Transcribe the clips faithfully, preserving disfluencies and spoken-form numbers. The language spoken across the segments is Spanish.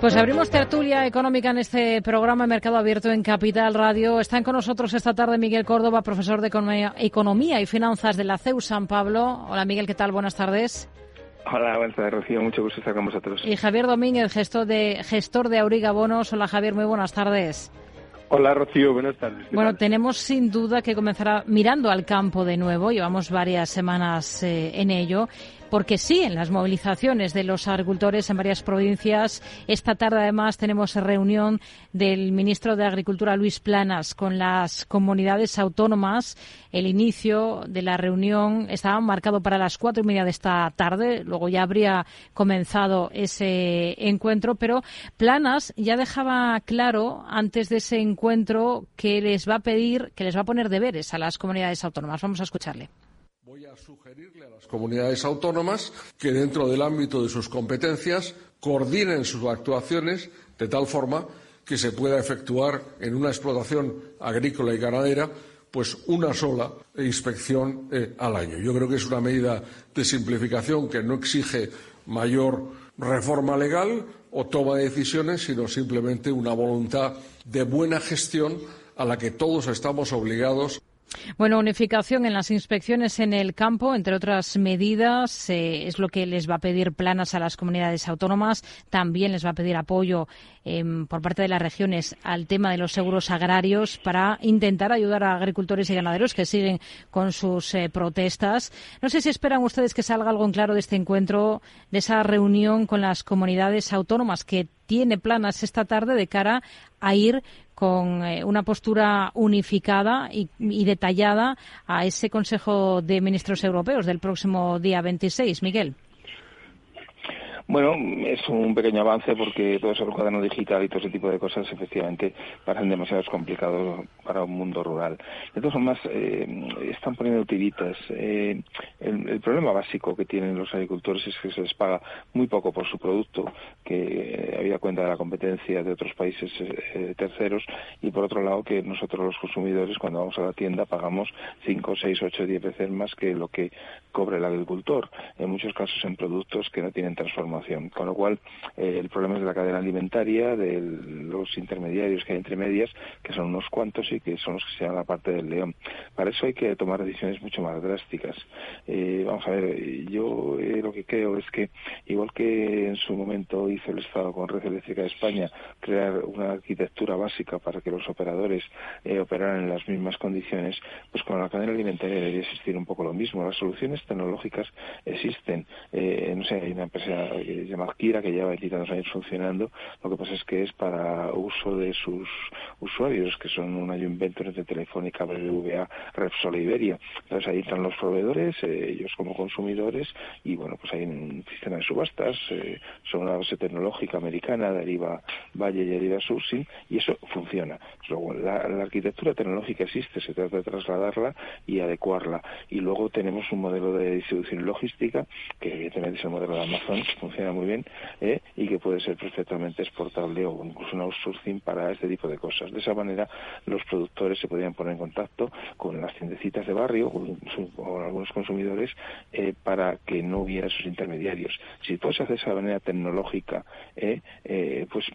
Pues abrimos tertulia económica en este programa Mercado Abierto en Capital Radio. Están con nosotros esta tarde Miguel Córdoba, profesor de Economía, Economía y Finanzas de la C E U San Pablo. Hola Miguel, ¿qué tal? Buenas tardes. Hola, buenas tardes, Rocío. Mucho gusto estar con vosotros. Y Javier Domínguez, gestor de, gestor de Auriga Bonos. Hola Javier, muy buenas tardes. Hola Rocío, buenas tardes. Bueno, tal? tenemos sin duda que comenzar mirando al campo de nuevo. Llevamos varias semanas eh, en ello. Porque sí, en las movilizaciones de los agricultores en varias provincias. Esta tarde, además, tenemos reunión del ministro de Agricultura, Luis Planas, con las comunidades autónomas. El inicio de la reunión estaba marcado para las cuatro y media de esta tarde. Luego ya habría comenzado ese encuentro. Pero Planas ya dejaba claro, antes de ese encuentro, que les va a pedir, que les va a poner deberes a las comunidades autónomas. Vamos a escucharle. Voy a sugerirle a las comunidades autónomas que dentro del ámbito de sus competencias coordinen sus actuaciones de tal forma que se pueda efectuar en una explotación agrícola y ganadera pues una sola inspección eh, al año. Yo creo que es una medida de simplificación que no exige mayor reforma legal o toma de decisiones, sino simplemente una voluntad de buena gestión a la que todos estamos obligados. Bueno, unificación en las inspecciones en el campo, entre otras medidas, eh, es lo que les va a pedir Planas a las comunidades autónomas. También les va a pedir apoyo eh, por parte de las regiones al tema de los seguros agrarios para intentar ayudar a agricultores y ganaderos que siguen con sus eh, protestas. No sé si esperan ustedes que salga algo en claro de este encuentro, de esa reunión con las comunidades autónomas que tiene Planas esta tarde de cara a ir con eh, una postura unificada y, y detallada a ese Consejo de Ministros Europeos del próximo día veintiséis. Miguel. Bueno, es un pequeño avance porque todo eso el cuaderno digital y todo ese tipo de cosas efectivamente parecen demasiado complicados para un mundo rural. De todas formas, eh, están poniendo tiritas. Eh, el, el problema básico que tienen los agricultores es que se les paga muy poco por su producto, que eh, habida cuenta de la competencia de otros países eh, terceros, y por otro lado que nosotros los consumidores cuando vamos a la tienda pagamos cinco, seis, ocho, diez veces más que lo que cobra el agricultor, en muchos casos en productos que no tienen transformación. Con lo cual, eh, el problema es de la cadena alimentaria, de los intermediarios que hay entre medias, que son unos cuantos y que son los que se llaman la parte del león. Para eso hay que tomar decisiones mucho más drásticas. Eh, vamos a ver, yo eh, lo que creo es que, igual que en su momento hizo el Estado con Red Eléctrica de España, crear una arquitectura básica para que los operadores eh, operaran en las mismas condiciones, pues con la cadena alimentaria debería existir un poco lo mismo. Las soluciones tecnológicas existen. Eh, no sé, hay una empresa que se llama Kira, que lleva veintitantos años funcionando. Lo que pasa es que es para uso de sus usuarios, que son una joint venture entre Telefónica, B B V A, Repsol e Iberia. Entonces ahí están los proveedores, eh, ellos como consumidores, y bueno, pues hay un sistema de subastas, eh, son una base tecnológica americana, Deriva Valle y Deriva Sourcing, y eso funciona. Luego, la, la arquitectura tecnológica existe, se trata de trasladarla y adecuarla. Y luego tenemos un modelo de distribución y logística, que evidentemente es el modelo de Amazon, funciona muy bien, eh, y que puede ser perfectamente exportable o incluso un outsourcing para este tipo de cosas. De esa manera los productores se podrían poner en contacto con las tiendecitas de barrio o, incluso, o algunos consumidores eh, para que no hubiera esos intermediarios. Si todo se hace de esa manera tecnológica, eh, eh, pues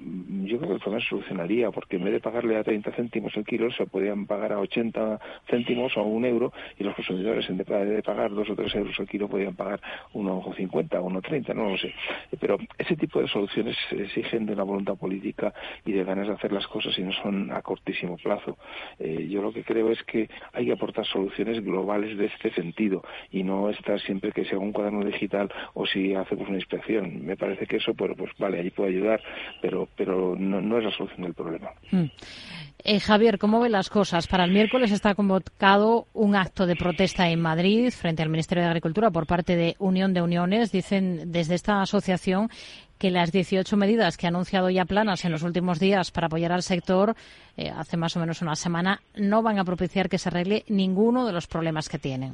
yo creo que el problema se solucionaría, porque en vez de pagarle a treinta céntimos el kilo se podrían pagar a ochenta céntimos o a un euro, y los consumidores en vez de pagar dos o tres euros el kilo podrían pagar uno cincuenta o uno treinta, no lo sé. Pero ese tipo de soluciones exigen de una voluntad política y de ganas de hacer las cosas y no son a cortísimo plazo. Eh, yo lo que creo es que hay que aportar soluciones globales de este sentido y no estar siempre que sea un cuaderno digital o si hacemos una inspección. Me parece que eso, pues, pues vale, ahí puede ayudar, pero, pero no, no es la solución del problema. Mm. Eh, Javier, ¿cómo ven las cosas? Para el miércoles está convocado un acto de protesta en Madrid frente al Ministerio de Agricultura por parte de Unión de Uniones. Dicen desde esta asociación que las dieciocho medidas que ha anunciado ya Planas en los últimos días para apoyar al sector, eh, hace más o menos una semana, no van a propiciar que se arregle ninguno de los problemas que tienen.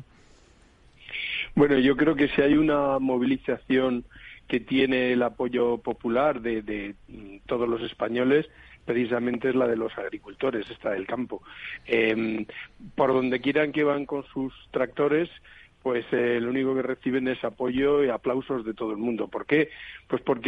Bueno, yo creo que si hay una movilización que tiene el apoyo popular de, de todos los españoles, precisamente es la de los agricultores, esta del campo. Eh, por donde quieran que van con sus tractores, pues eh, lo único que reciben es apoyo y aplausos de todo el mundo. ¿Por qué? Pues porque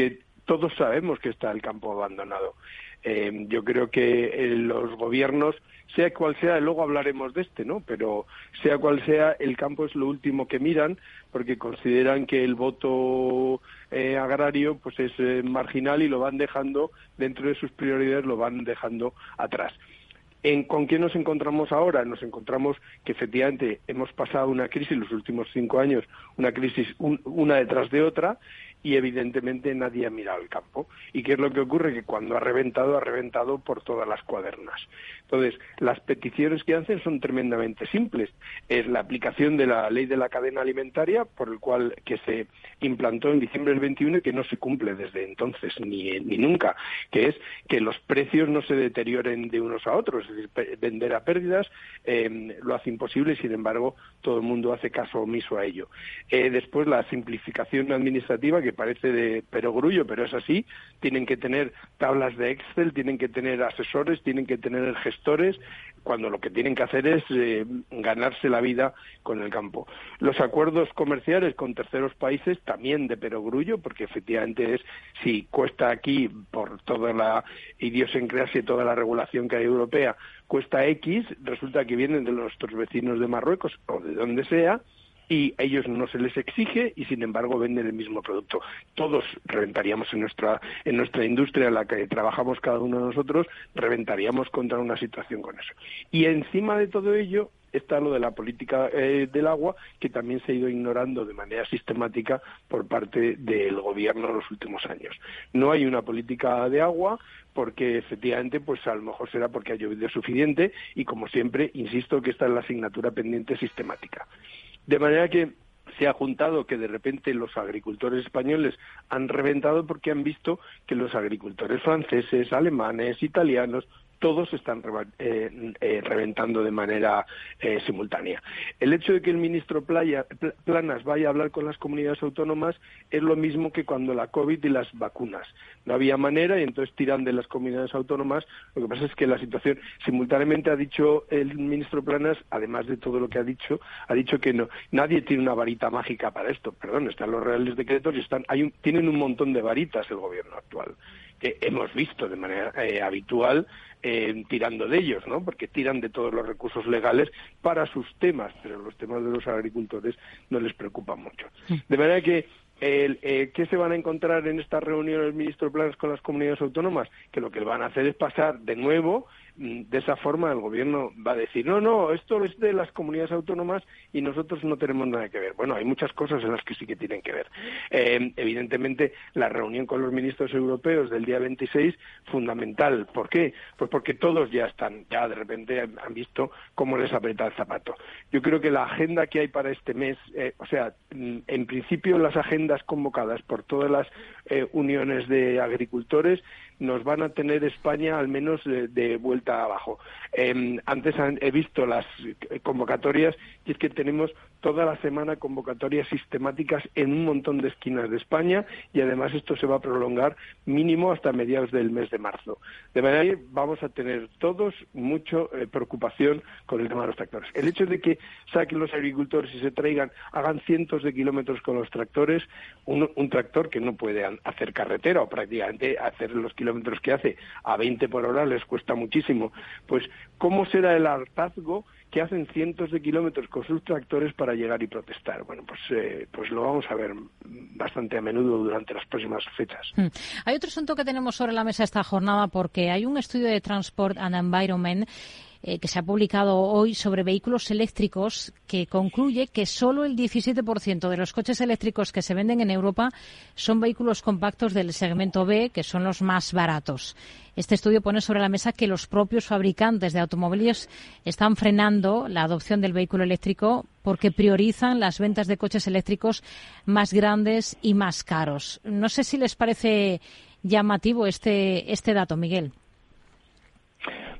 todos sabemos que está el campo abandonado. Eh, yo creo que eh, los gobiernos, sea cual sea, luego hablaremos de este, ¿no? Pero sea cual sea, el campo es lo último que miran, porque consideran que el voto eh, agrario pues es eh, marginal y lo van dejando, dentro de sus prioridades, lo van dejando atrás. ¿En, ¿Con qué nos encontramos ahora? Nos encontramos que efectivamente hemos pasado una crisis los últimos cinco años, una crisis un, una detrás de otra, y evidentemente nadie ha mirado el campo. ¿Y qué es lo que ocurre? Que cuando ha reventado, ha reventado por todas las cuadernas. Entonces, las peticiones que hacen son tremendamente simples. Es la aplicación de la ley de la cadena alimentaria, por el cual que se implantó en diciembre del veintiuno y que no se cumple desde entonces ni, ni nunca, que es que los precios no se deterioren de unos a otros, es decir, vender a pérdidas eh, lo hace imposible y, sin embargo, todo el mundo hace caso omiso a ello. Eh, después, la simplificación administrativa, que parece de perogrullo, pero es así. Tienen que tener tablas de Excel, tienen que tener asesores, tienen que tener gestores, cuando lo que tienen que hacer es eh, ganarse la vida con el campo. Los acuerdos comerciales con terceros países también de perogrullo, porque efectivamente es, si cuesta aquí, por toda la idiosincrasia y toda la regulación que hay europea, cuesta X, resulta que vienen de nuestros vecinos de Marruecos o de donde sea, y a ellos no se les exige y, sin embargo, venden el mismo producto. Todos reventaríamos en nuestra en nuestra industria en la que trabajamos cada uno de nosotros, reventaríamos contra una situación con eso. Y encima de todo ello está lo de la política eh, del agua, que también se ha ido ignorando de manera sistemática por parte del gobierno en los últimos años. No hay una política de agua porque, efectivamente, pues a lo mejor será porque ha llovido suficiente y, como siempre, insisto que esta es la asignatura pendiente sistemática. De manera que se ha juntado que de repente los agricultores españoles han reventado porque han visto que los agricultores franceses, alemanes, italianos, todos están eh, eh, reventando de manera eh, simultánea. El hecho de que el ministro Playa, Planas vaya a hablar con las comunidades autónomas es lo mismo que cuando la COVID y las vacunas. No había manera y entonces tiran de las comunidades autónomas. Lo que pasa es que la situación, simultáneamente ha dicho el ministro Planas, además de todo lo que ha dicho, ha dicho que no, nadie tiene una varita mágica para esto. Perdón, están los reales decretos y están, hay un, tienen un montón de varitas el gobierno actual, que hemos visto de manera eh, habitual eh, tirando de ellos, ¿no? Porque tiran de todos los recursos legales para sus temas, pero los temas de los agricultores no les preocupan mucho. De manera que El, eh, ¿qué se van a encontrar en esta reunión el ministro Planas con las comunidades autónomas? Que lo que van a hacer es pasar de nuevo, de esa forma el gobierno va a decir, no, no, esto es de las comunidades autónomas y nosotros no tenemos nada que ver. Bueno, hay muchas cosas en las que sí que tienen que ver. Eh, evidentemente, la reunión con los ministros europeos del día veintiséis, fundamental. ¿Por qué? Pues porque todos ya están, ya de repente han visto cómo les aprieta el zapato. Yo creo que la agenda que hay para este mes, eh, o sea, en principio las agendas convocadas por todas las eh, uniones de agricultores nos van a tener España al menos de, de vuelta abajo. Eh, antes han, he visto las convocatorias y es que tenemos toda la semana convocatorias sistemáticas en un montón de esquinas de España y además esto se va a prolongar mínimo hasta mediados del mes de marzo. De manera que vamos a tener todos mucha eh, preocupación con el tema de los tractores. El hecho de que saquen los agricultores y se traigan, hagan cientos de kilómetros con los tractores, un, un tractor que no puede hacer carretera o prácticamente hacer los kilómetros que hace a veinte por hora les cuesta muchísimo. Pues, ¿cómo será el hartazgo que hacen cientos de kilómetros con sus tractores para llegar y protestar? Bueno, pues eh, pues lo vamos a ver bastante a menudo durante las próximas fechas. Hmm. Hay otro asunto que tenemos sobre la mesa esta jornada porque hay un estudio de Transport and Environment Eh, que se ha publicado hoy sobre vehículos eléctricos que concluye que solo el diecisiete por ciento de los coches eléctricos que se venden en Europa son vehículos compactos del segmento B, que son los más baratos. Este estudio pone sobre la mesa que los propios fabricantes de automóviles están frenando la adopción del vehículo eléctrico porque priorizan las ventas de coches eléctricos más grandes y más caros. No sé si les parece llamativo este, este dato, Miguel.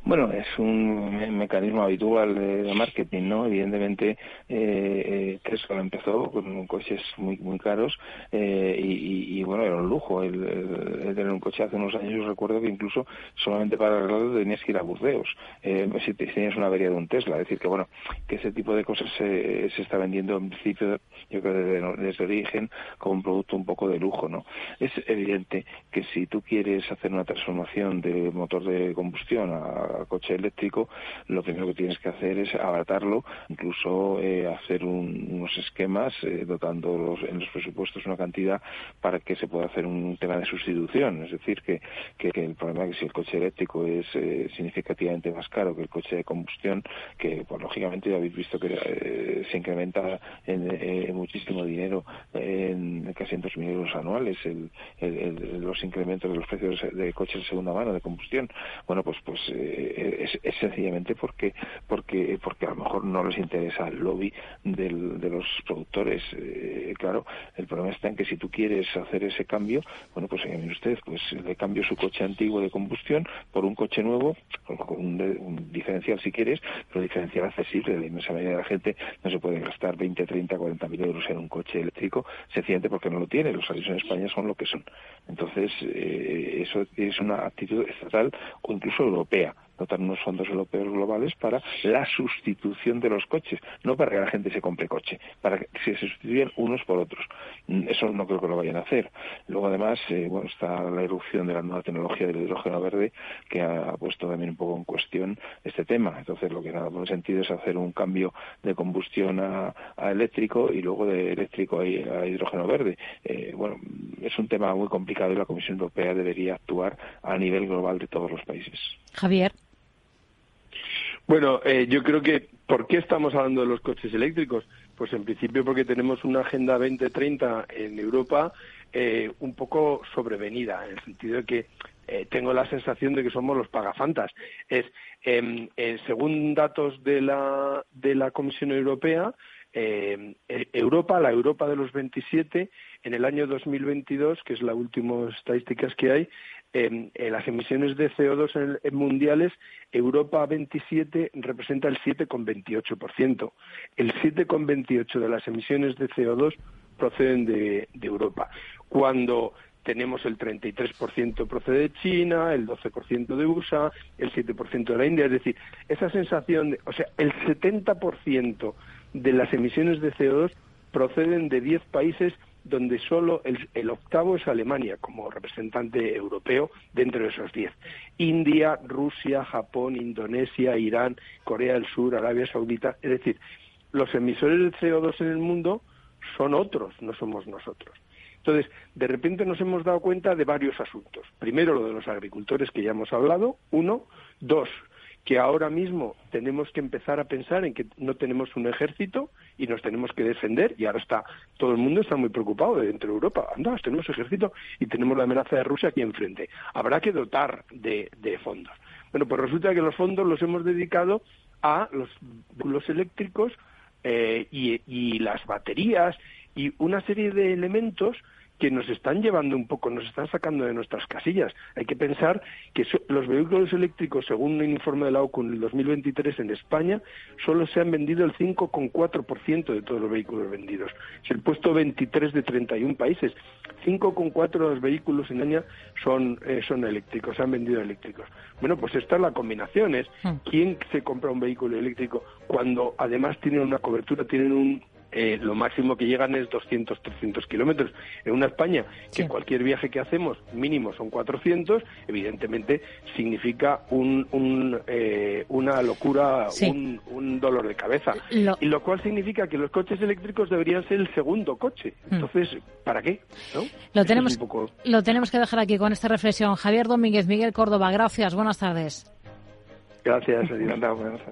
Bueno, es un me- mecanismo habitual de, de marketing, ¿no? Evidentemente, eh, eh, Tesla empezó con coches muy muy caros eh, y, y, y, bueno, era un lujo el, el, el tener un coche. Hace unos años yo recuerdo que incluso solamente para arreglarlo tenías que ir a Burdeos, eh, si tenías una avería de un Tesla. Es decir, que bueno, que ese tipo de cosas se, se está vendiendo en principio, yo creo desde, desde origen, como un producto un poco de lujo, ¿no? Es evidente que si tú quieres hacer una transformación de motor de combustión a, a coche eléctrico, lo primero que tienes que hacer es abaratarlo, incluso eh, hacer un, unos esquemas eh, dotando los, en los presupuestos una cantidad para que se pueda hacer un tema de sustitución. Es decir, que, que, que el problema es que si el coche eléctrico es eh, significativamente más caro que el coche de combustión, que pues lógicamente ya habéis visto que eh, se incrementa en, eh, muchísimo dinero, en casi en dos mil euros anuales, el, el, el, los incrementos de los precios de coches de segunda mano de combustión. Bueno, pues pues eh, es, es sencillamente porque porque porque a lo mejor no les interesa el lobby del, de los productores. Eh, claro, el problema está en que si tú quieres hacer ese cambio, bueno, pues mire usted, pues le cambio su coche antiguo de combustión por un coche nuevo, con un, un diferencial si quieres, pero diferencial accesible. La inmensa mayoría de la gente no se puede gastar veinte, treinta, cuarenta mil euros en un coche eléctrico, sencillamente porque no lo tiene. Los salarios en España son lo que son. Entonces, eh, eso es una actitud estatal o incluso europea. Dotar unos fondos europeos globales para la sustitución de los coches, no para que la gente se compre coche, para que se sustituyan unos por otros. Eso no creo que lo vayan a hacer. Luego, además, eh, bueno, está la irrupción de la nueva tecnología del hidrógeno verde, que ha puesto también un poco en cuestión este tema. Entonces, lo que nada tiene sentido es hacer un cambio de combustión a, a eléctrico y luego de eléctrico a, a hidrógeno verde. Eh, bueno, es un tema muy complicado y la Comisión Europea debería actuar a nivel global de todos los países. Javier. Bueno, eh, yo creo que, ¿por qué estamos hablando de los coches eléctricos? Pues en principio porque tenemos una Agenda veinte treinta en Europa eh, un poco sobrevenida, en el sentido de que eh, tengo la sensación de que somos los pagafantas. Es, eh, eh, según datos de la, de la Comisión Europea, eh, Europa, la Europa de los veintisiete, en el año dos mil veintidós, que es la última estadísticas que hay, Eh, eh, las emisiones de C O dos en, en mundiales, Europa veintisiete representa el siete coma veintiocho por ciento. El siete coma veintiocho por ciento de las emisiones de C O dos proceden de, de Europa, cuando tenemos el treinta y tres por ciento procede de China, el doce por ciento de U S A, el siete por ciento de la India. Es decir, esa sensación, de, o sea, el setenta por ciento de las emisiones de C O dos proceden de diez países, donde solo el, el octavo es Alemania como representante europeo dentro de esos diez. India, Rusia, Japón, Indonesia, Irán, Corea del Sur, Arabia Saudita. Es decir, los emisores de C O dos en el mundo son otros, no somos nosotros. Entonces, de repente nos hemos dado cuenta de varios asuntos. Primero, lo de los agricultores, que ya hemos hablado, uno. Dos, que ahora mismo tenemos que empezar a pensar en que no tenemos un ejército y nos tenemos que defender, y ahora está todo el mundo está muy preocupado de dentro de Europa. Anda, tenemos ejército y tenemos la amenaza de Rusia aquí enfrente. Habrá que dotar de, de fondos. Bueno, pues resulta que los fondos los hemos dedicado a los vehículos eléctricos eh, y, y las baterías y una serie de elementos que nos están llevando un poco, nos están sacando de nuestras casillas. Hay que pensar que so, los vehículos eléctricos, según un informe de la O C U en el dos mil veintitrés en España, solo se han vendido el cinco coma cuatro por ciento de todos los vehículos vendidos. Es el puesto veintitrés de treinta y uno países. cinco coma cuatro de los vehículos en España son, eh, son eléctricos, se han vendido eléctricos. Bueno, pues esta es la combinación. Es ¿quién se compra un vehículo eléctrico cuando además tienen una cobertura, tienen un Eh, lo máximo que llegan es doscientos, trescientos kilómetros. En una España que sí. Cualquier viaje que hacemos mínimo son cuatrocientos, evidentemente significa un, un, eh, una locura, sí. un, un dolor de cabeza. Lo... Y lo cual significa que los coches eléctricos deberían ser el segundo coche. Entonces, ¿para qué? ¿No? Lo, tenemos, poco... lo tenemos que dejar aquí con esta reflexión. Javier Domínguez, Miguel Córdoba, gracias, buenas tardes. Gracias, Yolanda. Buenas tardes.